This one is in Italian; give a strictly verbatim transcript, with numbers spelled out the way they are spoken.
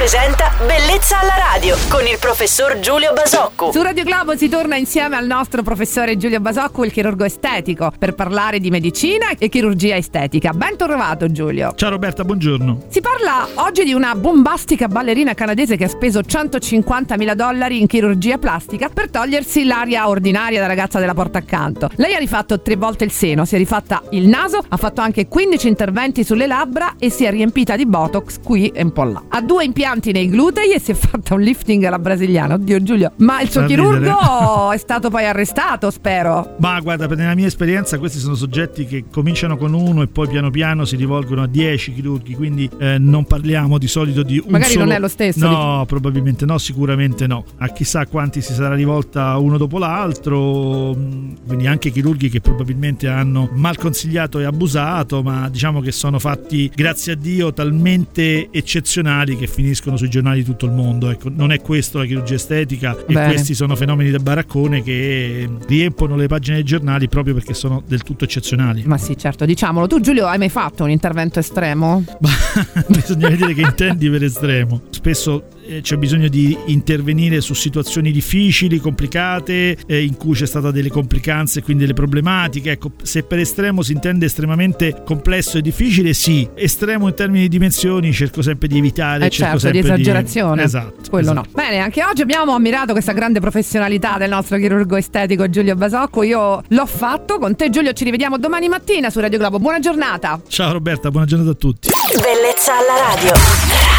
presenta Bellezza alla radio con il professor Giulio Basocco. Su Radio Globo si torna insieme al nostro professore Giulio Basocco, il chirurgo estetico, per parlare di medicina e chirurgia estetica. Ben trovato, Giulio. Ciao Roberta, buongiorno. Si parla oggi di una bombastica ballerina canadese che ha speso centocinquantamila dollari in chirurgia plastica per togliersi l'aria ordinaria da ragazza della porta accanto. Lei ha rifatto tre volte il seno, si è rifatta il naso, ha fatto anche quindici interventi sulle labbra e si è riempita di botox qui e un po' là. Ha due impianti nei glutei e si è fatta un lifting alla brasiliana. Oddio Giulio, ma il suo Fa chirurgo ridere. è stato poi arrestato, spero. Ma guarda, nella mia esperienza questi sono soggetti che cominciano con uno e poi piano piano si rivolgono a dieci chirurghi, quindi eh, non parliamo di solito di un Magari solo... non è lo stesso. No, di... probabilmente no, sicuramente no. A chissà quanti si sarà rivolta uno dopo l'altro, quindi anche chirurghi che probabilmente hanno mal consigliato e abusato, ma diciamo che sono fatti, grazie a Dio, talmente eccezionali che finiscono sui giornali di tutto il mondo. Ecco, non è questo la chirurgia estetica. Bene. E questi sono fenomeni da baraccone che riempono le pagine dei giornali proprio perché sono del tutto eccezionali. Ma sì, certo, diciamolo. Tu Giulio hai mai fatto un intervento estremo? Bisogna vedere che intendi per estremo. Spesso eh, c'è bisogno di intervenire su situazioni difficili, complicate, eh, in cui c'è stata delle complicanze, quindi delle problematiche. Ecco, se per estremo si intende estremamente complesso e difficile, sì. Estremo in termini di dimensioni cerco sempre di evitare. Eh cerco certo, di sempre esagerazione. Di... Esatto. Quello esatto. no. Bene, anche oggi abbiamo ammirato questa grande professionalità del nostro chirurgo estetico Giulio Basocco. Io l'ho fatto. Con te Giulio ci rivediamo domani mattina su Radio Globo. Buona giornata. Ciao Roberta, buona giornata a tutti. Bellezza alla radio.